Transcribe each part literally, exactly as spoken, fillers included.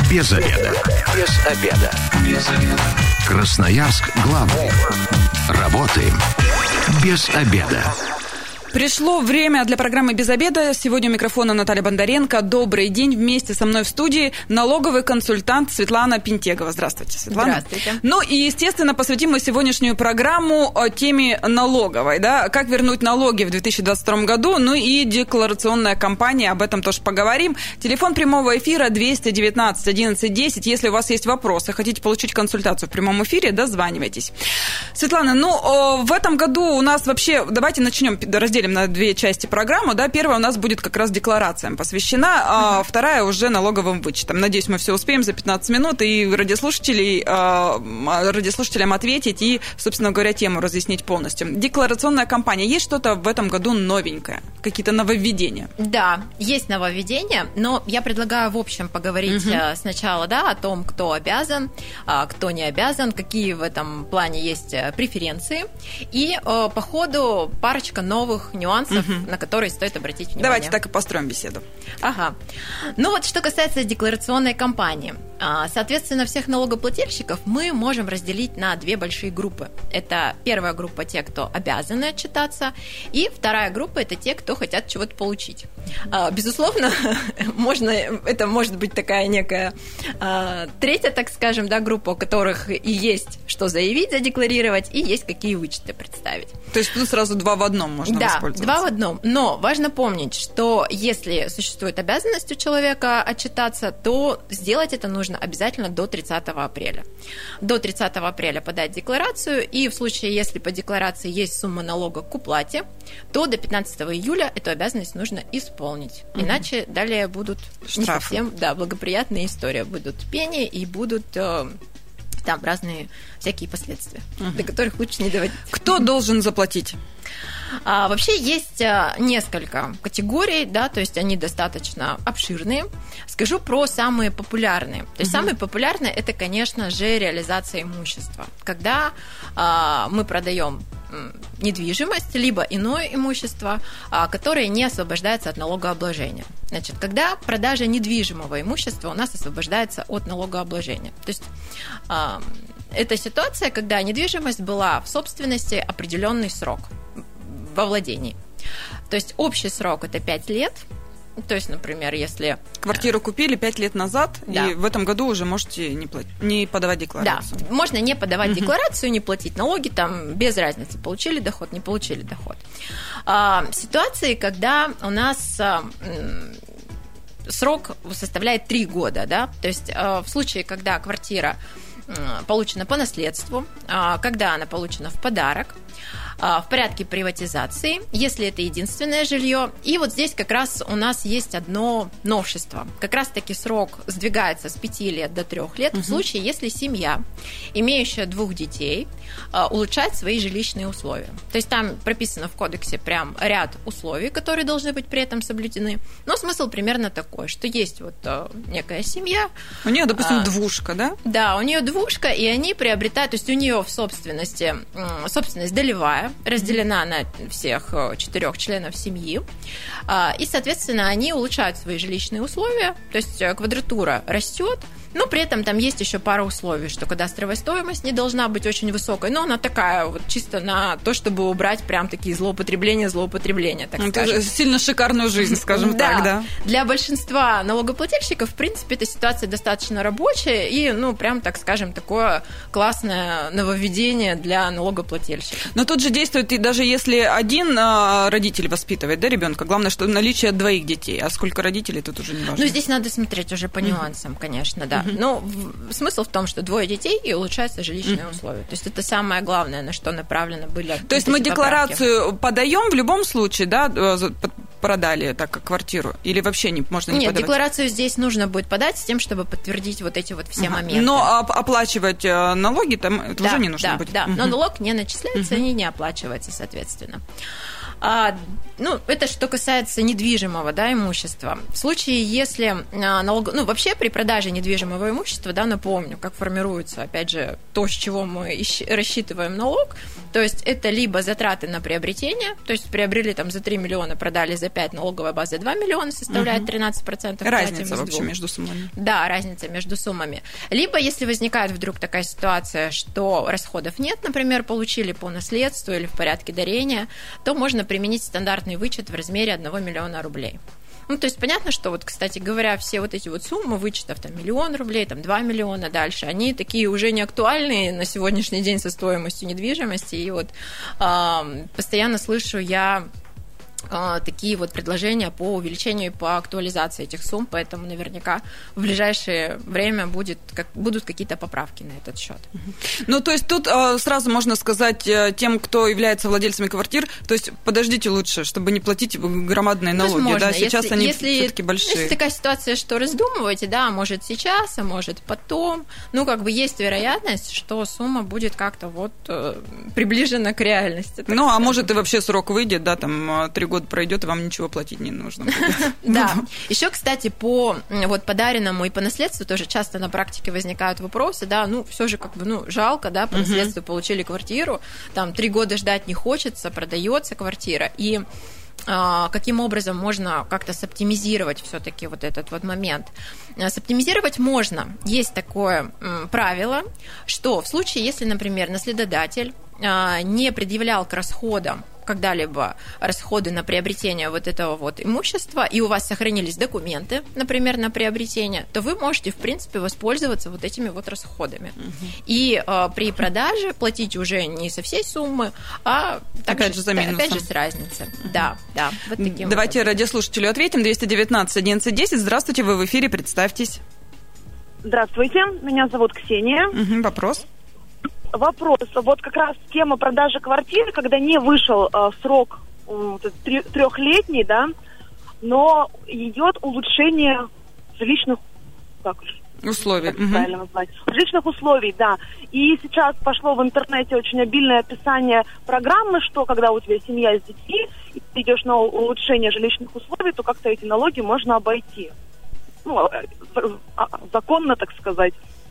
Без обеда. Без обеда. Без обеда. Красноярск главный. Работаем без обеда. Пришло время для программы «Без обеда». Сегодня у микрофона Наталья Бондаренко. Добрый день. Вместе со мной в студии налоговый консультант Светлана Пинтегова. Здравствуйте, Светлана. Здравствуйте. Ну и, естественно, посвятим мы сегодняшнюю программу теме налоговой. Да? Как вернуть налоги в две тысячи двадцать втором году. Ну и декларационная кампания. Об этом тоже поговорим. Телефон прямого эфира двести девятнадцать одиннадцать десять. Если у вас есть вопросы, хотите получить консультацию в прямом эфире, дозванивайтесь. Светлана, ну в этом году у нас вообще... Давайте начнем, разделим на две части программу. Да? Первая у нас будет как раз декларациям посвящена, а вторая уже налоговым вычетам. Надеюсь, мы все успеем за пятнадцать минут и радиослушателей, радиослушателям ответить и, собственно говоря, тему разъяснить полностью. Декларационная кампания. Есть что-то в этом году новенькое? Какие-то нововведения? Да, есть нововведения, но я предлагаю в общем поговорить угу. сначала да, о том, кто обязан, кто не обязан, какие в этом плане есть преференции. И по ходу парочка новых нюансов, угу. на которые стоит обратить внимание. Давайте так и построим беседу. Ага. Ну вот, что касается декларационной кампании. Соответственно, всех налогоплательщиков мы можем разделить на две большие группы. Это первая группа – те, кто обязаны отчитаться, и вторая группа – это те, кто хотят чего-то получить. Безусловно, можно, это может быть такая некая третья, так скажем, да, группа, у которых и есть что заявить, задекларировать, и есть какие вычеты представить. То есть тут сразу два в одном можно да, воспользоваться. Да, два в одном. Но важно помнить, что если существует обязанность у человека отчитаться, то сделать это нужно обязательно до тридцатого апреля. До тридцатого апреля подать декларацию, и в случае, если по декларации есть сумма налога к уплате, то до пятнадцатого июля эту обязанность нужно исполнить. Угу. Иначе далее будут штрафы. Не совсем да, благоприятные истории. Будут пени и будут... Э, там разные всякие последствия, угу. до которых лучше не доводить. Кто должен заплатить? А, вообще есть несколько категорий, да, то есть они достаточно обширные. Скажу про самые популярные. То есть угу. самые популярные это, конечно же, реализация имущества. Когда а, мы продаем недвижимость, либо иное имущество, а, которое не освобождается от налогообложения. Значит, когда продажа недвижимого имущества у нас освобождается от налогообложения. То есть а, это ситуация, когда недвижимость была в собственности определенный срок во владении. То есть общий срок это пять лет. То есть, например, если... Квартиру купили пять лет назад, да. и в этом году уже можете не, платить, не подавать декларацию. Да, можно не подавать угу. декларацию, не платить налоги, там без разницы, получили доход, не получили доход. А, ситуации, когда у нас... срок составляет три года, да, то есть в случае, когда квартира получена по наследству, когда она получена в подарок, в порядке приватизации, если это единственное жилье. И вот здесь как раз у нас есть одно новшество. Как раз-таки срок сдвигается с пяти лет до трех лет угу. в случае, если семья, имеющая двух детей, улучшает свои жилищные условия. То есть там прописано в кодексе прям ряд условий, которые должны быть при этом соблюдены. Но смысл примерно такой, что есть вот некая семья. У нее, допустим, а, двушка, да? Да, у нее двушка, и они приобретают, то есть у нее в собственности, собственность долевая, разделена на всех четырех членов семьи, и, соответственно, они улучшают свои жилищные условия, то есть квадратура растет, но при этом там есть еще пара условий, что кадастровая стоимость не должна быть очень высокой, но она такая вот чисто на то, чтобы убрать прям такие злоупотребления, злоупотребления, так это скажем. Сильно шикарную жизнь, скажем так, да. Для большинства налогоплательщиков, в принципе, эта ситуация достаточно рабочая и, ну, прям, так скажем, такое классное нововведение для налогоплательщиков. Но тут же действует, и даже если один родитель воспитывает, да, ребенка, главное, что наличие двоих детей, а сколько родителей тут уже не важно. Ну, здесь надо смотреть уже по нюансам, uh-huh. конечно, да. Uh-huh. Но смысл в том, что двое детей и улучшаются жилищные uh-huh. условия. То есть это самое главное, на что направлено были. То есть мы декларацию подаем в любом случае, да, продали так как квартиру, или вообще не можно не Нет, подавать? декларацию здесь нужно будет подать с тем, чтобы подтвердить вот эти вот все uh-huh. моменты. Но оплачивать налоги там это да, уже не нужно да, будет. Да, uh-huh. но налог не начисляется uh-huh. и не оплачивается, соответственно. А, ну, это что касается недвижимого, да, имущества. В случае, если налог... ну, вообще при продаже недвижимого имущества, да, напомню, как формируется, опять же, то, с чего мы ищ... рассчитываем налог, то есть это либо затраты на приобретение, то есть приобрели там за три миллиона, продали за пять, налоговая база два миллиона, составляет тринадцать процентов. Разница вообще между суммами. Да, разница между суммами. Либо, если возникает вдруг такая ситуация, что расходов нет, например, получили по наследству или в порядке дарения, то можно применить стандартный вычет в размере одного миллиона рублей. Ну, то есть понятно, что вот, кстати говоря, все вот эти вот суммы вычетов, там, миллион рублей, там, два миллиона дальше, они такие уже не актуальные на сегодняшний день со стоимостью недвижимости. И вот э, постоянно слышу я такие вот предложения по увеличению и по актуализации этих сумм, поэтому наверняка в ближайшее время будет, как, будут какие-то поправки на этот счет. Ну, то есть тут э, сразу можно сказать э, тем, кто является владельцами квартир, то есть подождите лучше, чтобы не платить громадные налоги, возможно, да, сейчас если, они если, все-таки большие. Если такая ситуация, что раздумываете, да, может сейчас, а может потом, ну, как бы есть вероятность, что сумма будет как-то вот э, приближена к реальности. Ну, а может и вообще срок выйдет, да, там три года пройдет, и вам ничего платить не нужно. Да. Еще, кстати, по вот подаренному и по наследству тоже часто на практике возникают вопросы, да, ну, все же как бы, ну, жалко, да, по наследству получили квартиру, там, три года ждать не хочется, продается квартира, и каким образом можно как-то соптимизировать все-таки вот этот вот момент. Соптимизировать можно. Есть такое правило, что в случае, если, например, наследодатель не предъявлял к расходам когда-либо расходы на приобретение вот этого вот имущества, и у вас сохранились документы, например, на приобретение, то вы можете, в принципе, воспользоваться вот этими вот расходами. Угу. И э, при продаже платить уже не со всей суммы, а также, опять же, за минусом. Опять же с разницей. Угу. Да, да. Вот таким Давайте вот. радиослушателю ответим. двести девятнадцать одиннадцать десять. Здравствуйте, вы в эфире, представьтесь. Здравствуйте, меня зовут Ксения. Угу, вопрос. Вопрос. Вот как раз тема продажи квартиры, когда не вышел э, срок э, трехлетний, да, но идет улучшение жилищных как, условий. Как правильно назвать? Жилищных условий, да. И сейчас пошло в интернете очень обильное описание программы, что когда у тебя семья с детьми, и ты идешь на улучшение жилищных условий, то как-то эти налоги можно обойти. Ну, законно, так сказать.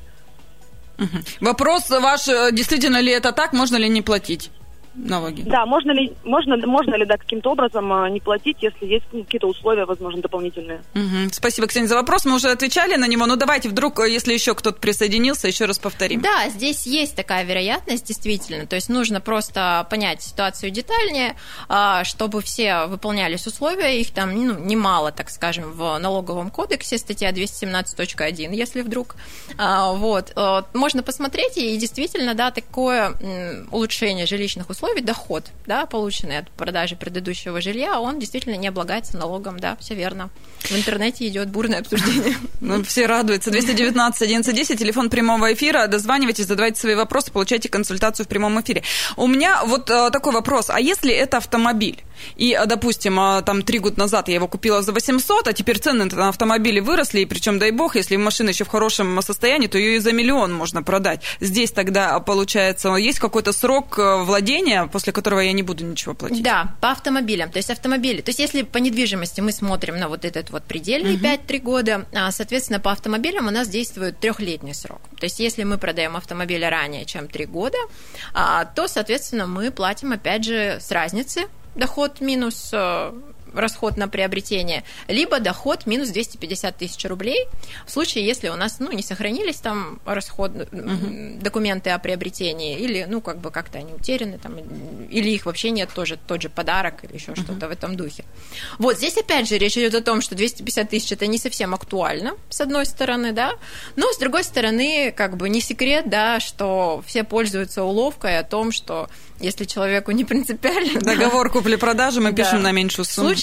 Угу. Вопрос ваш, действительно ли это так, можно ли не платить налоги? Да, можно ли, можно, можно ли да, каким-то образом не платить, если есть какие-то условия, возможно, дополнительные. Угу. Спасибо, Ксения, за вопрос. Мы уже отвечали на него, но давайте вдруг, если еще кто-то присоединился, еще раз повторим. Да, здесь есть такая вероятность, действительно. То есть нужно просто понять ситуацию детальнее, чтобы все выполнялись условия. Их там ну, немало, так скажем, в налоговом кодексе, статья двести семнадцать точка один, если вдруг. Вот. Можно посмотреть, и действительно, да, такое улучшение жилищных условий, доход, да, полученный от продажи предыдущего жилья, он действительно не облагается налогом, да, все верно. В интернете идет бурное обсуждение. Ну, все радуются. двести девятнадцать одиннадцать десять, телефон прямого эфира. Дозванивайтесь, задавайте свои вопросы, получайте консультацию в прямом эфире. У меня вот а, такой вопрос. А если это автомобиль? И, допустим, там три года назад я его купила за восемьсот, а теперь цены на автомобили выросли, и причем, дай бог, если машина еще в хорошем состоянии, то ее и за миллион можно продать. Здесь тогда, получается, есть какой-то срок владения, после которого я не буду ничего платить? Да, по автомобилям. То есть автомобили. То есть если по недвижимости мы смотрим на вот этот вот предельный uh-huh. пять-три года, соответственно, по автомобилям у нас действует трехлетний срок. То есть если мы продаем автомобили ранее, чем три года, то, соответственно, мы платим, опять же, с разницы, доход минус расход на приобретение, либо доход минус двести пятьдесят тысяч рублей в случае, если у нас ну, не сохранились там расход, uh-huh. документы о приобретении, или ну, как бы как-то они утеряны, там, или их вообще нет, тоже тот же подарок или еще uh-huh. что-то в этом духе. Вот здесь опять же речь идет о том, что двести пятьдесят тысяч это не совсем актуально, с одной стороны, да, но с другой стороны, как бы не секрет, да, что все пользуются уловкой о том, что если человеку не принципиально... Договор купли-продажи мы да. пишем на меньшую сумму. В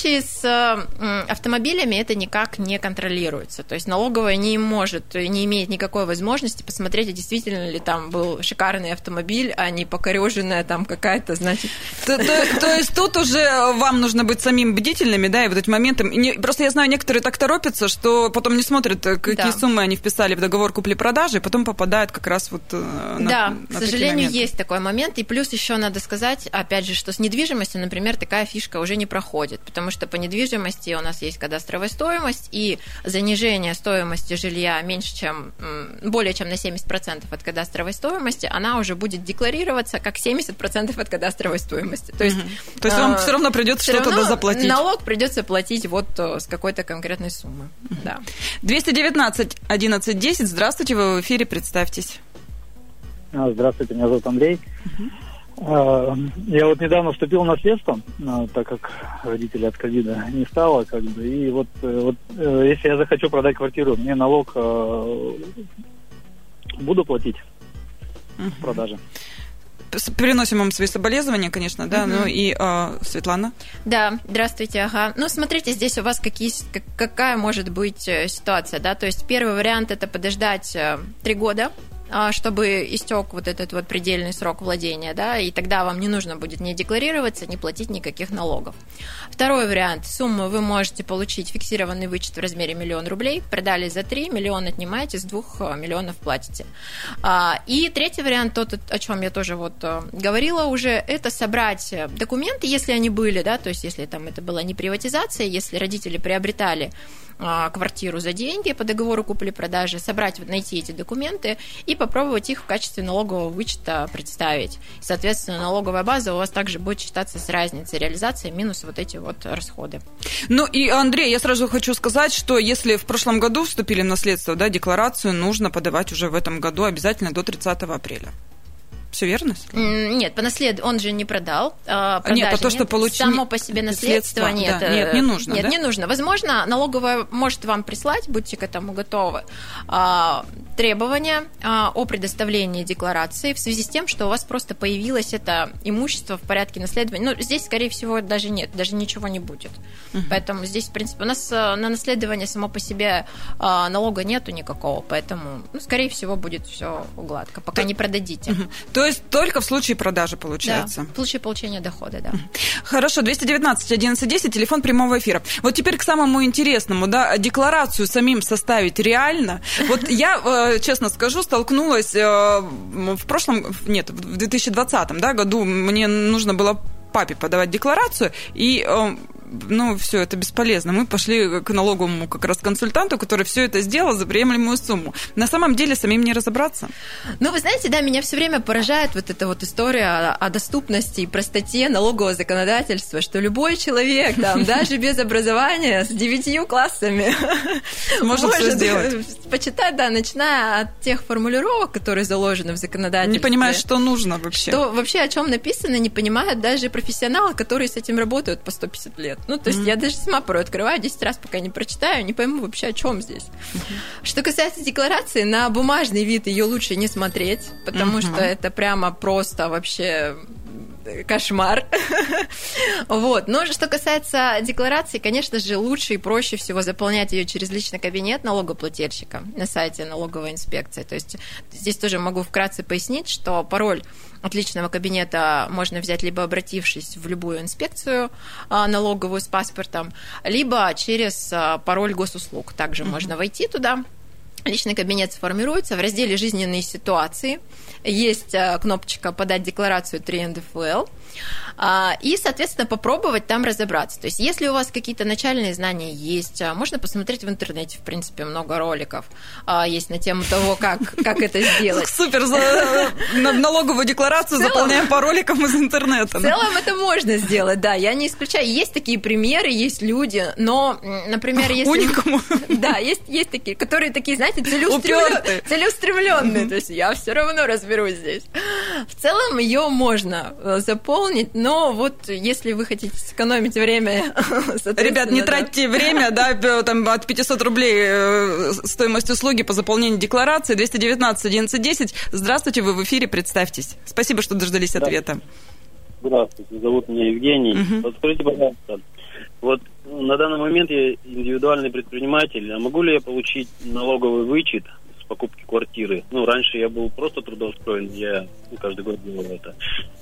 случае с автомобилями это никак не контролируется. То есть налоговая не может, не имеет никакой возможности посмотреть, а действительно ли там был шикарный автомобиль, а не покореженная там какая-то, значит... То, то, то есть тут уже вам нужно быть самим бдительными, да, и вот этим моментом... Просто я знаю, некоторые так торопятся, что потом не смотрят, какие да. суммы они вписали в договор купли-продажи, и потом попадают как раз вот на Да, на к сожалению, есть такой момент. И плюс еще надо сказать, опять же, что с недвижимостью, например, такая фишка уже не проходит, потому что по недвижимости у нас есть кадастровая стоимость, и занижение стоимости жилья меньше, чем, более чем на семьдесят процентов от кадастровой стоимости, она уже будет декларироваться как семьдесят процентов от кадастровой стоимости. То есть, mm-hmm. То есть вам э, все равно придется что-то заплатить. Налог придется платить вот с какой-то конкретной суммы. Mm-hmm. Да. двести девятнадцать одиннадцать десять, здравствуйте, вы в эфире, представьтесь. Здравствуйте, меня зовут Андрей. Uh-huh. Я вот недавно вступил в наследство, так как родителей от ковида не стало, как бы, и вот, вот если я захочу продать квартиру, мне налог буду платить uh-huh. в продаже. Переносим вам свои соболезнования, конечно, да, uh-huh. ну и э, Светлана. Да, здравствуйте, ага. Ну, смотрите, здесь у вас какие, какая может быть ситуация, да, то есть первый вариант – это подождать три года, чтобы истек вот этот вот предельный срок владения, да, и тогда вам не нужно будет ни декларироваться, ни платить никаких налогов. Второй вариант. Сумму вы можете получить фиксированный вычет в размере миллион рублей, продали за три, миллион отнимаете, с двух миллионов платите. И третий вариант, тот, о чем я тоже вот говорила уже, это собрать документы, если они были, да, то есть если там это была не приватизация, если родители приобретали квартиру за деньги по договору купли-продажи, собрать, найти эти документы и попробовать их в качестве налогового вычета представить. Соответственно, налоговая база у вас также будет считаться с разницей реализации минус вот эти вот расходы. Ну и, Андрей, я сразу хочу сказать, что если в прошлом году вступили в наследство, да, декларацию нужно подавать уже в этом году обязательно до тридцатого апреля. Все верно? Нет, по наследству он же не продал. Нет, а то, что получил... Само по себе наследство нет. Да. Нет, не нужно. Нет, да? не нужно. Возможно, налоговая может вам прислать, будьте к этому готовы, требования о предоставлении декларации в связи с тем, что у вас просто появилось это имущество в порядке наследования. Ну, здесь, скорее всего, даже нет, даже ничего не будет. Угу. Поэтому здесь, в принципе, у нас на наследование само по себе налога нету никакого, поэтому, ну, скорее всего, будет все гладко, пока то... не продадите. Угу. То есть только в случае продажи, получается? Да, в случае получения дохода, да. Хорошо, двести девятнадцать одиннадцать десять, телефон прямого эфира. Вот теперь к самому интересному, да, декларацию самим составить реально. Вот я, честно скажу, столкнулась в прошлом, нет, в две тысячи двадцатом, да, году, мне нужно было папе подавать декларацию, и... ну, все это бесполезно. Мы пошли к налоговому как раз консультанту, который все это сделал за приемлемую сумму. На самом деле самим не разобраться. Ну, вы знаете, да, меня все время поражает вот эта вот история о доступности и простоте налогового законодательства, что любой человек, там, даже без образования, с девятью классами может все сделать. Почитать, да, начиная от тех формулировок, которые заложены в законодательстве. Не понимаешь, что нужно вообще. Что вообще о чем написано, не понимают даже профессионалы, которые с этим работают по сто пятьдесят лет. Ну, то есть mm-hmm. я даже сама порой открываю десять раз, пока не прочитаю, не пойму вообще, о чем здесь. Mm-hmm. Что касается декларации, на бумажный вид ее лучше не смотреть, потому mm-hmm. что это прямо просто вообще... кошмар. Вот. Но что касается декларации, конечно же, лучше и проще всего заполнять ее через личный кабинет налогоплательщика на сайте налоговой инспекции. То есть здесь тоже могу вкратце пояснить, что пароль от личного кабинета можно взять либо обратившись в любую инспекцию налоговую с паспортом, либо через пароль госуслуг. Также mm-hmm. можно войти туда. Личный кабинет сформируется в разделе «Жизненные ситуации». Есть кнопочка «Подать декларацию три эн дэ эф эл». И, соответственно, попробовать там разобраться. То есть, если у вас какие-то начальные знания есть, можно посмотреть в интернете, в принципе, много роликов есть на тему того, как, как это сделать. Супер! Налоговую декларацию заполняем по роликам из интернета. В целом это можно сделать, да. Я не исключаю. Есть такие примеры, есть люди, но, например, если... Уникум. Да, есть, есть такие, которые такие, знаете, целеустремленные. целеустремленные. То есть, я все равно разберусь здесь. В целом, ее можно заполнить, но вот если вы хотите сэкономить время... Ребят, не тратьте да. время, да, там от пятьсот рублей стоимость услуги по заполнению декларации, двести девятнадцать одиннадцать десять. Здравствуйте, вы в эфире, представьтесь. Спасибо, что дождались ответа. Здравствуйте, зовут меня Евгений. Угу. Подскажите, пожалуйста, Вот на данный момент я индивидуальный предприниматель, а могу ли я получить налоговый вычет с покупки квартиры? Ну, раньше я был просто трудоустроен, я ну, каждый год делал это.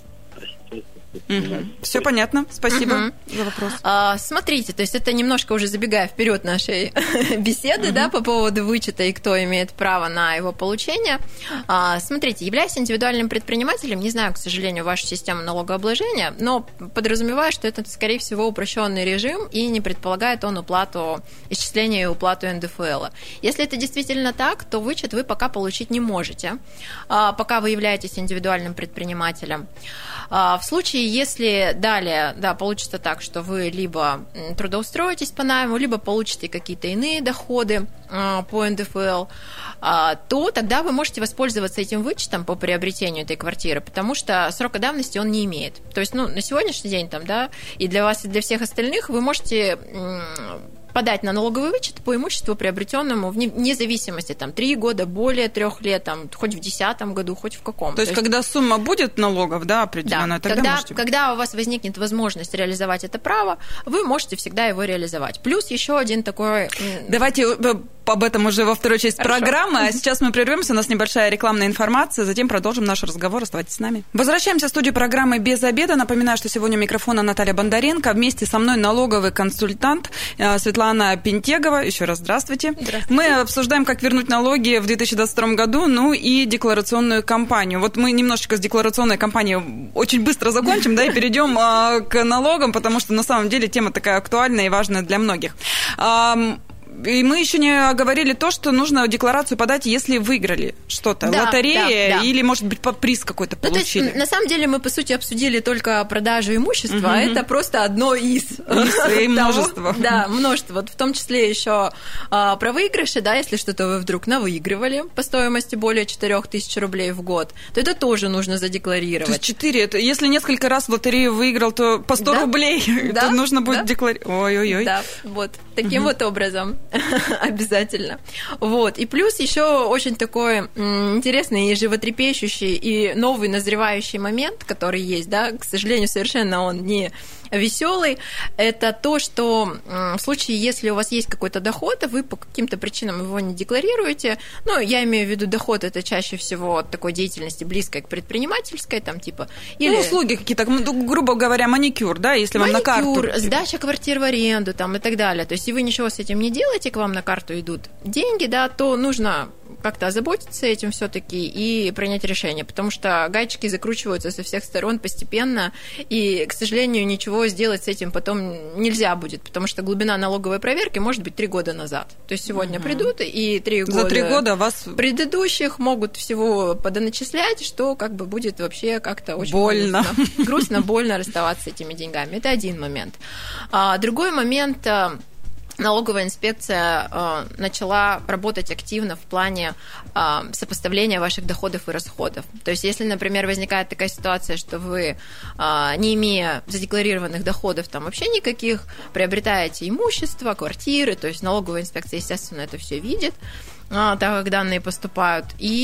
Угу. Все понятно, спасибо угу. за вопрос. А, смотрите, то есть это немножко уже забегая вперед нашей беседы, угу. да, по поводу вычета и кто имеет право на его получение. А, смотрите, являясь индивидуальным предпринимателем, не знаю, к сожалению, вашу систему налогообложения, но подразумеваю, что это, скорее всего, упрощенный режим и не предполагает он уплату, исчисление и уплату эн дэ эф эл. Если это действительно так, то вычет вы пока получить не можете, а, пока вы являетесь индивидуальным предпринимателем. А, в случае, если далее, да, получится так, что вы либо трудоустроитесь по найму, либо получите какие-то иные доходы а, по эн дэ эф эл, а, то тогда вы можете воспользоваться этим вычетом по приобретению этой квартиры, потому что срока давности он не имеет. То есть, ну, на сегодняшний день там, да, и для вас, и для всех остальных вы можете подать на налоговый вычет по имуществу, приобретенному вне зависимости, там, три года, более трех лет, там, хоть в десятом году, хоть в каком. То, То есть, есть, когда сумма будет налогов, да, определенная, да, тогда когда, можете... когда у вас возникнет возможность реализовать это право, вы можете всегда его реализовать. Плюс еще один такой... Давайте об этом уже во второй части Хорошо. программы, а сейчас мы прервемся, у нас небольшая рекламная информация, затем продолжим наш разговор, оставайтесь с нами. Возвращаемся в студию программы «Без обеда». Напоминаю, что сегодня у микрофона Наталья Бондаренко, вместе со мной налоговый консультант Светлана Пентегова. Еще раз здравствуйте. Здравствуйте. Мы обсуждаем, как вернуть налоги в две тысячи двадцать втором году, ну и декларационную кампанию. Вот мы немножечко с декларационной кампанией очень быстро закончим, да, и перейдем к налогам, потому что на самом деле тема такая актуальная и важная для многих. И мы еще не говорили то, что нужно декларацию подать, если выиграли что-то. Да, лотерея да, да. или, может быть, приз какой-то ну, получили. То есть, на самом деле, мы, по сути, обсудили только продажу имущества, угу. а это просто одно из. И множество. Да, множество. Вот в том числе еще а, про выигрыши, да, если что-то вы вдруг навыигрывали по стоимости более четыре тысячи рублей в год, то это тоже нужно задекларировать. То есть четыре, это, если несколько раз в лотерею выиграл, то по сто да? рублей, да? то нужно будет да? декларировать. Ой-ой-ой. Да, вот, таким угу. вот образом. Обязательно. Вот. И плюс еще очень такой интересный и животрепещущий и новый назревающий момент, который есть, да, к сожалению, совершенно он не веселый, это то, что в случае, если у вас есть какой-то доход, а вы по каким-то причинам его не декларируете, ну, я имею в виду доход, это чаще всего от такой деятельности близкой к предпринимательской, там, типа... Или... Ну, услуги какие-то, грубо говоря, маникюр, да, если маникюр, вам на карту... сдача квартир в аренду, там, и так далее. То есть, если вы ничего с этим не делаете, к вам на карту идут деньги, да, то нужно как-то озаботиться этим все-таки и принять решение, потому что гаечки закручиваются со всех сторон постепенно, и, к сожалению, ничего сделать с этим потом нельзя будет, потому что глубина налоговой проверки может быть три года назад. То есть сегодня угу. придут, и три года, За три года вас... предыдущих могут всего подоначислять, что как бы будет вообще как-то очень больно. грустно, грустно, больно расставаться с этими деньгами. Это один момент. А другой момент... Налоговая инспекция э, начала работать активно в плане э, сопоставления ваших доходов и расходов. То есть, если, например, возникает такая ситуация, что вы, э, не имея задекларированных доходов там вообще никаких, приобретаете имущество, квартиры, то есть налоговая инспекция, естественно, это все видит, так как данные поступают,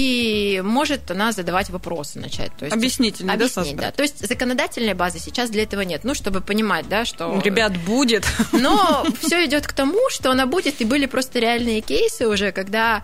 и может она задавать вопросы начать. То есть объяснительные, объяснить, да, да. То есть законодательной базы сейчас для этого нет. Ну, чтобы понимать, да, что... Ребят, будет. Но все идет к тому, что она будет, и были просто реальные кейсы уже, когда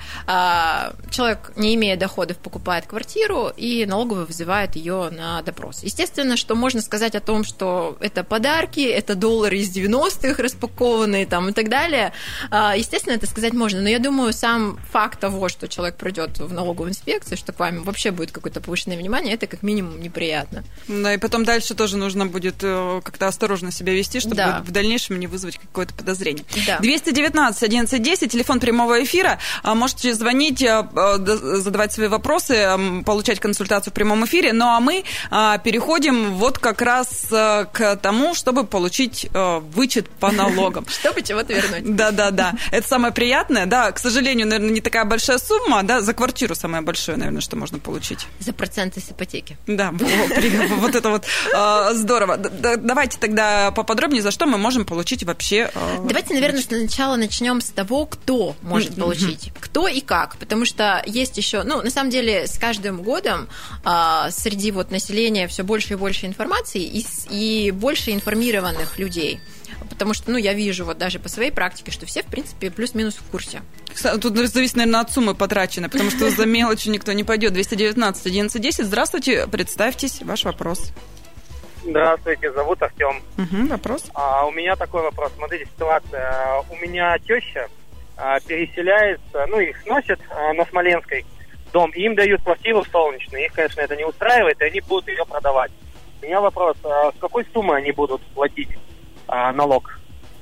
а, человек, не имея доходов, покупает квартиру, и налоговый вызывает ее на допрос. Естественно, что можно сказать о том, что это подарки, это доллары из девяностых распакованные там, и так далее. А, естественно, это сказать можно, но я думаю, сам факт того, что человек придет в налоговую инспекцию, что к вам вообще будет какое-то повышенное внимание, это как минимум неприятно. Да, и потом дальше тоже нужно будет как-то осторожно себя вести, чтобы да. в дальнейшем не вызвать какое-то подозрение. Да. двести девятнадцать одиннадцать десять, телефон прямого эфира. Можете звонить, задавать свои вопросы, получать консультацию в прямом эфире. Ну а мы переходим вот как раз к тому, чтобы получить вычет по налогам. Чтобы чего-то вернуть. Да-да-да. Это самое приятное. Да, к сожалению, наверное, не такая большая сумма, да, за квартиру самое большое, наверное, что можно получить. За проценты с ипотеки. Да, вот это вот здорово. Давайте тогда поподробнее, за что мы можем получить вообще. Давайте, наверное, сначала начнем с того, кто может получить, кто и как, потому что есть еще, ну, на самом деле, с каждым годом среди вот населения все больше и больше информации и больше информированных людей. потому что, ну, я вижу вот даже по своей практике, что все, в принципе, плюс-минус в курсе. Тут зависит, наверное, от суммы потраченной, потому что за мелочью никто не пойдет. двести девятнадцать одиннадцать десять. Здравствуйте, представьтесь, ваш вопрос. Здравствуйте, зовут Артем. Угу, вопрос. А, у меня такой вопрос. Смотрите, ситуация. У меня теща а, переселяется, ну, их сносят а, на Смоленской дом, и им дают квартиру в Солнечной. Их, конечно, это не устраивает, и они будут ее продавать. У меня вопрос, а с какой суммы они будут платить а, налог?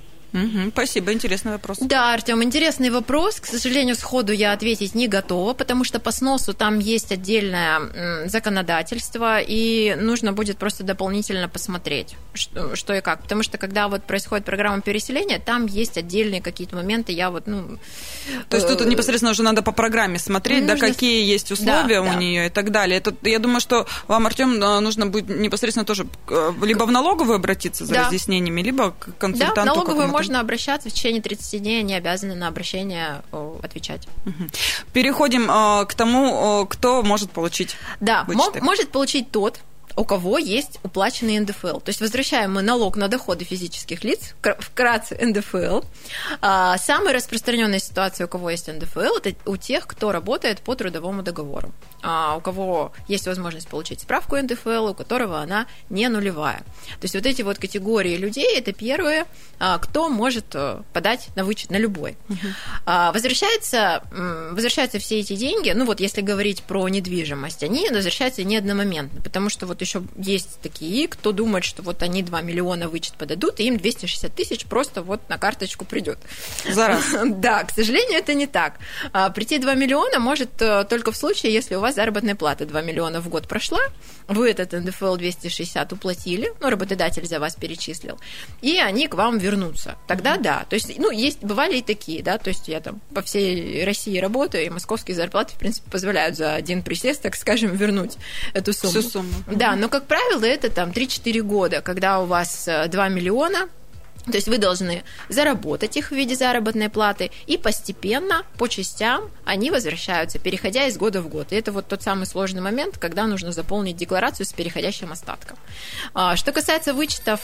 Угу, спасибо, интересный вопрос. Да, Артем, интересный вопрос. К сожалению, сходу я ответить не готова, потому что по сносу там есть отдельное законодательство, и нужно будет просто дополнительно посмотреть, что, что и как. Потому что когда вот происходит программа переселения, там есть отдельные какие-то моменты. Я вот, ну... То есть тут непосредственно уже надо по программе смотреть, нужно... да, какие есть условия да, у да. нее и так далее. Тут, я думаю, что вам, Артем, нужно будет непосредственно тоже либо в налоговую обратиться за да. разъяснениями, либо к консультанту. Да, налоговую можно обращаться в течение тридцати дней, они обязаны на обращение отвечать. Угу. Переходим э, к тому, кто может получить Да, вычеты. М- может получить тот, у кого есть уплаченный эн дэ эф эл. То есть возвращаем мы налог на доходы физических лиц, вкратце эн дэ эф эл. А, самая распространенная ситуация, у кого есть эн дэ эф эл, это у тех, кто работает по трудовому договору. А, у кого есть возможность получить справку эн дэ эф эл, у которого она не нулевая. То есть вот эти вот категории людей, это первые, а, кто может подать на вычет, на любой. Uh-huh. А, возвращается, возвращаются все эти деньги, ну вот если говорить про недвижимость, они возвращаются не одномоментно, потому что вот еще есть такие, кто думает, что вот они два миллиона вычет подадут, и им двести шестьдесят тысяч просто вот на карточку придет. За раз. Да, к сожалению, это не так. Прийти два миллиона может только в случае, если у вас заработная плата два миллиона в год прошла, вы этот эн дэ эф эл двести шестьдесят уплатили, ну, работодатель за вас перечислил, и они к вам вернутся. Тогда mm-hmm. да. То есть, ну, есть, бывали и такие, да, то есть я там по всей России работаю, и московские зарплаты, в принципе, позволяют за один присест, так скажем, вернуть эту сумму. Всю сумму. Да, но, как правило, это там три-четыре года, когда у вас два миллиона, то есть вы должны заработать их в виде заработной платы, и постепенно, по частям, они возвращаются, переходя из года в год. И это вот тот самый сложный момент, когда нужно заполнить декларацию с переходящим остатком. Что касается вычетов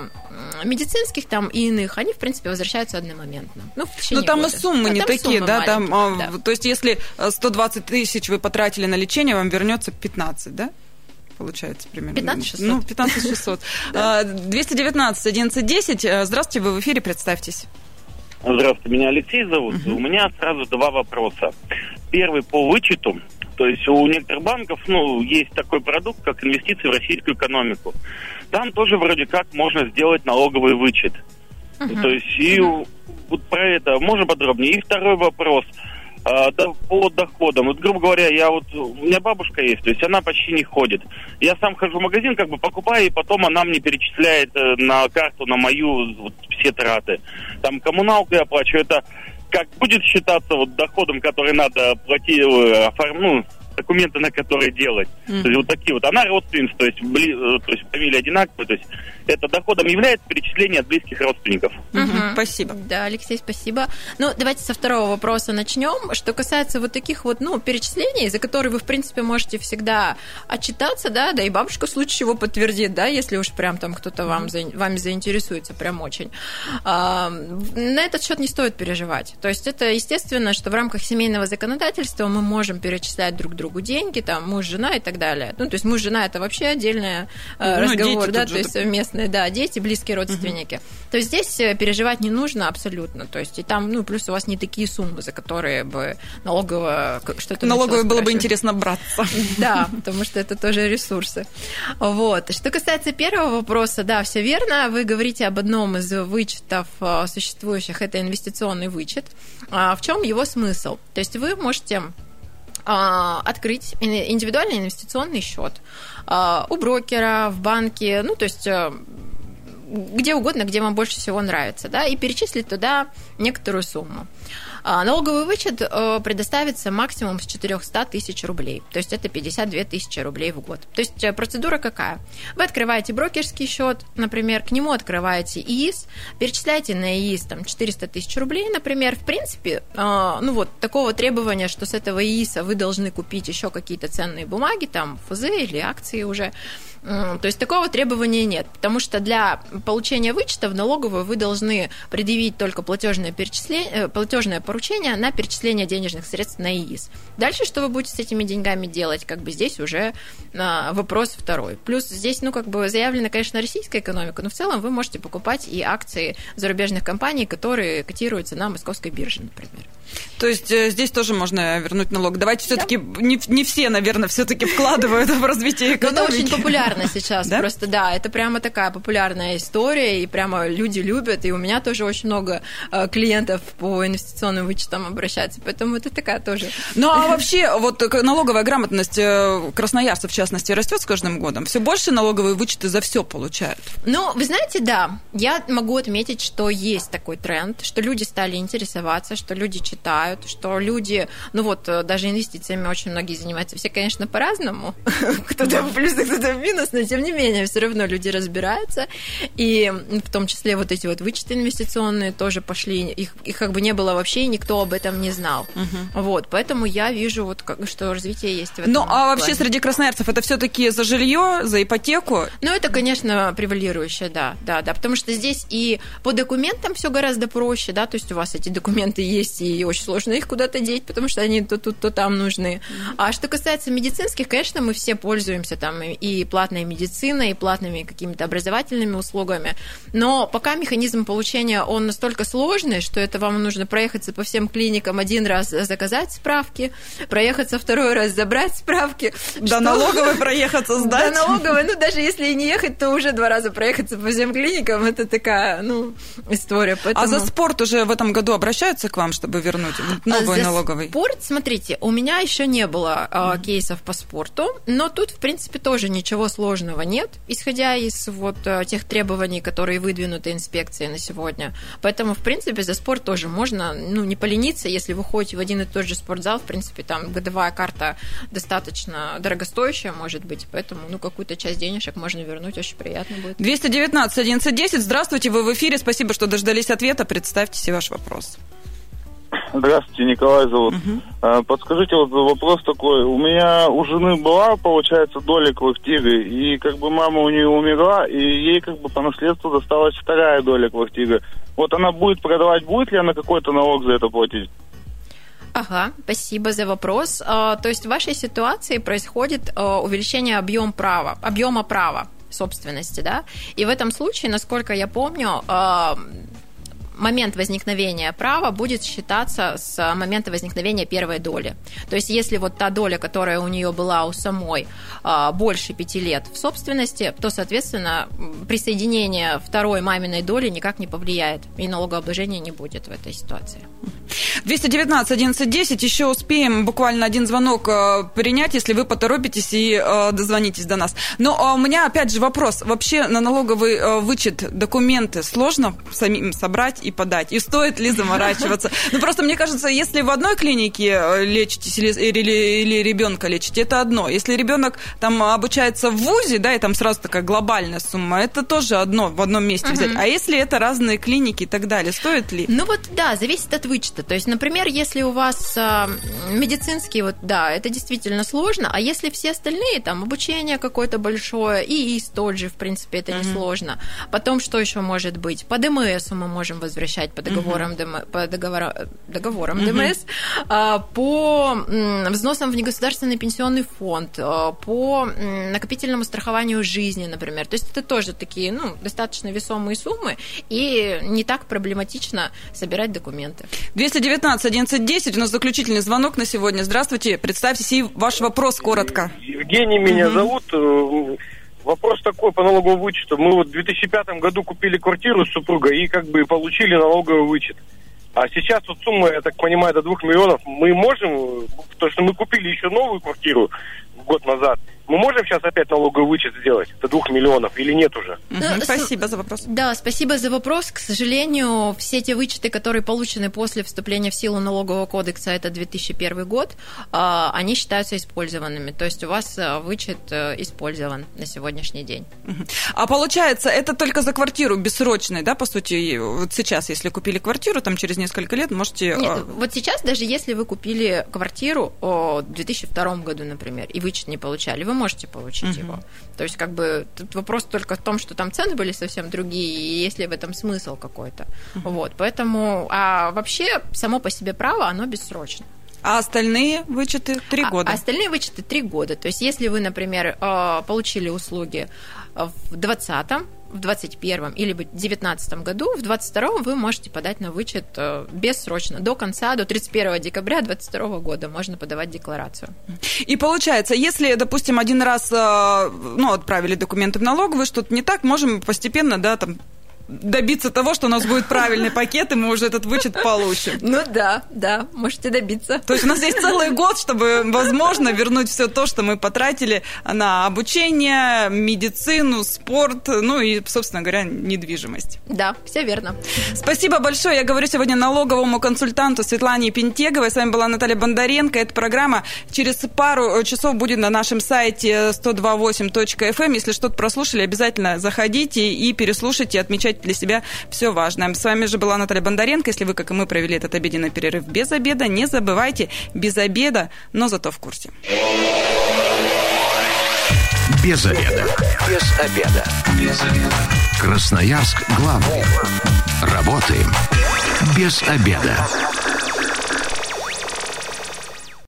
медицинских там и иных, они, в принципе, возвращаются одномоментно. Ну, в течение Но там года. и суммы а не там такие, суммы да? Там, да? То есть если сто двадцать тысяч вы потратили на лечение, вам вернется пятнадцать, да? Получается примерно. пятнадцать шестьсот. Ну, пятнадцать шестьсот. двести девятнадцать одиннадцать десять. Здравствуйте, вы в эфире, представьтесь. Здравствуйте, меня Алексей зовут. Uh-huh. У меня сразу два вопроса. Первый по вычету. То есть у некоторых банков, ну, есть такой продукт, как инвестиции в российскую экономику. Там тоже вроде как можно сделать налоговый вычет. Uh-huh. То есть и uh-huh. вот про это можно подробнее. И второй вопрос. По доходам. Вот, грубо говоря, я вот, у меня бабушка есть, то есть она почти не ходит. Я сам хожу в магазин, как бы покупаю, и потом она мне перечисляет на карту, на мою вот, все траты. Там коммуналку я плачу. Это как будет считаться вот доходом, который надо платить, оформить, ну, документы, на которые делать. Mm. То есть вот такие вот. Она родственница, то есть, бли, то есть фамилия одинаковая, то есть это доходом является перечисление от близких родственников. Mm-hmm. Спасибо. Да, Алексей, спасибо. Ну, давайте со второго вопроса начнем. Что касается вот таких вот, ну, перечислений, за которые вы, в принципе, можете всегда отчитаться, да, да и бабушка в случае чего подтвердит, да, если уж прям там кто-то вам, mm-hmm. вами заинтересуется, прям очень. А, на этот счет не стоит переживать. То есть это естественно, что в рамках семейного законодательства мы можем перечислять друг другу деньги, там, муж, жена и так далее. Ну, то есть муж, жена – это вообще отдельный э, ну, разговор, да, то есть совместные, да, дети, близкие родственники. Угу. То есть здесь переживать не нужно абсолютно. То есть и там, ну, плюс у вас не такие суммы, за которые бы налоговая что-то налоговой было бы интересно браться. Да, потому что это тоже ресурсы. Вот. Что касается первого вопроса, да, все верно. Вы говорите об одном из вычетов существующих, это инвестиционный вычет. В чем его смысл? То есть вы можете открыть индивидуальный инвестиционный счет у брокера, в банке, ну, то есть где угодно, где вам больше всего нравится, да, и перечислить туда некоторую сумму. Налоговый вычет предоставится максимум с четыреста тысяч рублей, то есть это пятьдесят две тысячи рублей в год. То есть процедура какая? Вы открываете брокерский счет, например, к нему открываете ИИС, перечисляете на ИИС там, четыреста тысяч рублей, например. В принципе, ну вот такого требования, что с этого ИИСа вы должны купить еще какие-то ценные бумаги, там ФЗ или акции уже. То есть такого требования нет, потому что для получения вычета в налоговую вы должны предъявить только платежное, перечисление, платежное поручение на перечисление денежных средств на ИИС. Дальше, что вы будете с этими деньгами делать, как бы здесь уже вопрос второй. Плюс здесь, ну, как бы заявлена, конечно, российская экономика, но в целом вы можете покупать и акции зарубежных компаний, которые котируются на московской бирже, например. То есть здесь тоже можно вернуть налог. Давайте все-таки, да. не, не все, наверное, все-таки вкладывают в развитие экономики. Это очень популярно сейчас, да? Просто да, это прямо такая популярная история, и прямо люди любят, и у меня тоже очень много клиентов по инвестиционным вычетам обращаются, поэтому это такая тоже. Ну а вообще вот налоговая грамотность красноярцев, в частности, растет с каждым годом? Все больше налоговые вычеты за все получают? Ну, вы знаете, да, я могу отметить, что есть такой тренд, что люди стали интересоваться, что люди читают, что люди, ну вот, даже инвестициями очень многие занимаются. Все, конечно, по-разному. Кто-то в плюс, кто-то в минус, но тем не менее, все равно люди разбираются. И в том числе вот эти вот вычеты инвестиционные тоже пошли. Их, их как бы не было вообще, и никто об этом не знал. Угу. Вот, поэтому я вижу, вот, как, что развитие есть в этом. Ну, а плане. Вообще среди красноярцев это все-таки за жилье, за ипотеку? Ну, это, конечно, превалирующее, да, да, да. Потому что здесь и по документам все гораздо проще, да, то есть у вас эти документы есть, и очень сложно их куда-то деть, потому что они то тут, то там нужны. А что касается медицинских, конечно, мы все пользуемся там и платной медициной, и платными какими-то образовательными услугами, но пока механизм получения, он настолько сложный, что это вам нужно проехаться по всем клиникам один раз, заказать справки, проехаться второй раз, забрать справки. До что... налоговой проехаться, сдать. До налоговой, ну, даже если и не ехать, то уже два раза проехаться по всем клиникам, это такая, ну, история. Поэтому... А за спорт уже в этом году обращаются к вам, чтобы вернуть новый за налоговый? Спорт, смотрите, у меня еще не было э, кейсов по спорту, но тут, в принципе, тоже ничего сложного нет, исходя из вот тех требований, которые выдвинуты инспекцией на сегодня. Поэтому, в принципе, за спорт тоже можно, ну, не полениться, если вы ходите в один и тот же спортзал, в принципе, там годовая карта достаточно дорогостоящая, может быть, поэтому, ну, какую-то часть денежек можно вернуть, очень приятно будет. двести девятнадцать одиннадцать десять, здравствуйте, вы в эфире, спасибо, что дождались ответа, представьте себе ваш вопрос. Здравствуйте, Николай зовут. Uh-huh. Подскажите, вот вопрос такой. У меня у жены была, получается, доля квартиры, и как бы мама у нее умерла, и ей как бы по наследству досталась вторая доля квартиры. Вот она будет продавать, будет ли она какой-то налог за это платить? Ага, спасибо за вопрос. То есть в вашей ситуации происходит увеличение объема права, объема права собственности, да? И в этом случае, насколько я помню, момент возникновения права будет считаться с момента возникновения первой доли. То есть если вот та доля, которая у нее была у самой, больше пяти лет в собственности, то, соответственно, присоединение второй маминой доли никак не повлияет, и налогообложения не будет в этой ситуации. двести девятнадцать одиннадцать десять, еще успеем буквально один звонок принять, если вы поторопитесь и дозвонитесь до нас. Но у меня опять же вопрос. Вообще на налоговый вычет документы сложно самим собрать и подать? И стоит ли заморачиваться? Ну, просто мне кажется, если в одной клинике лечитесь или, или, или ребенка лечите, это одно. Если ребенок там обучается в вузе, да, и там сразу такая глобальная сумма, это тоже одно в одном месте взять. Uh-huh. А если это разные клиники и так далее, стоит ли? Ну вот, да, зависит от вычета. То есть, например, если у вас э, медицинский, вот, да, это действительно сложно, а если все остальные, там, обучение какое-то большое, и ИИС тот же, в принципе, это uh-huh. несложно. Потом, что еще может быть? По ДМСу мы можем возвращать по договорам, uh-huh. по договорам, договорам uh-huh. ДМС, по взносам в негосударственный пенсионный фонд, по накопительному страхованию жизни, например. То есть это тоже такие, ну, достаточно весомые суммы, и не так проблематично собирать документы. двести девятнадцать одиннадцать десять, у нас заключительный звонок на сегодня. Здравствуйте, представьте себе ваш вопрос коротко. Евгений меня uh-huh. зовут. Вопрос такой по налоговому вычету. Мы вот в две тысячи пятом году купили квартиру с супругой и как бы получили налоговый вычет. А сейчас вот сумма, я так понимаю, до двух миллионов. Мы можем, потому что мы купили еще новую квартиру год назад, Мы можем сейчас опять налоговый вычет сделать до двух миллионов или нет уже? Угу, спасибо за вопрос. Да, спасибо за вопрос. К сожалению, все те вычеты, которые получены после вступления в силу налогового кодекса, это две тысячи первый год, они считаются использованными. То есть у вас вычет использован на сегодняшний день. А получается, это только за квартиру бессрочной, да, по сути? Вот сейчас, если купили квартиру, там через несколько лет можете... Нет, вот сейчас, даже если вы купили квартиру в две тысячи втором году, например, и вычет не получали, вы можете получить uh-huh. его. То есть, как бы, тут вопрос только в том, что там цены были совсем другие, и есть ли в этом смысл какой-то. Uh-huh. Вот, поэтому, а вообще, само по себе право, оно бессрочно. А остальные вычеты три года? А остальные вычеты три года. То есть, если вы, например, получили услуги в двадцатом, в двадцать первом или в девятнадцатом году, в двадцать втором вы можете подать на вычет бессрочно. До конца, до тридцать первого декабря двадцать второго года можно подавать декларацию. И получается, если, допустим, один раз ну, отправили документы в налоговую, что-то не так, можем постепенно, да, там, добиться того, что у нас будет правильный пакет, и мы уже этот вычет получим. Ну да, да, можете добиться. То есть у нас есть целый год, чтобы, возможно, вернуть все то, что мы потратили на обучение, медицину, спорт, ну и, собственно говоря, недвижимость. Да, все верно. Спасибо большое. Я говорю сегодня налоговому консультанту Светлане Пентеговой. С вами была Наталья Бондаренко. Эта программа через пару часов будет на нашем сайте сто два восемь точка эф эм. Если что-то прослушали, обязательно заходите и переслушайте, отмечайте для себя все важное. С вами же была Наталья Бондаренко. Если вы, как и мы, провели этот обеденный перерыв без обеда, не забывайте, без обеда, но зато в курсе. Без обеда. Без обеда. Без обеда. Красноярск главный. Работаем без обеда.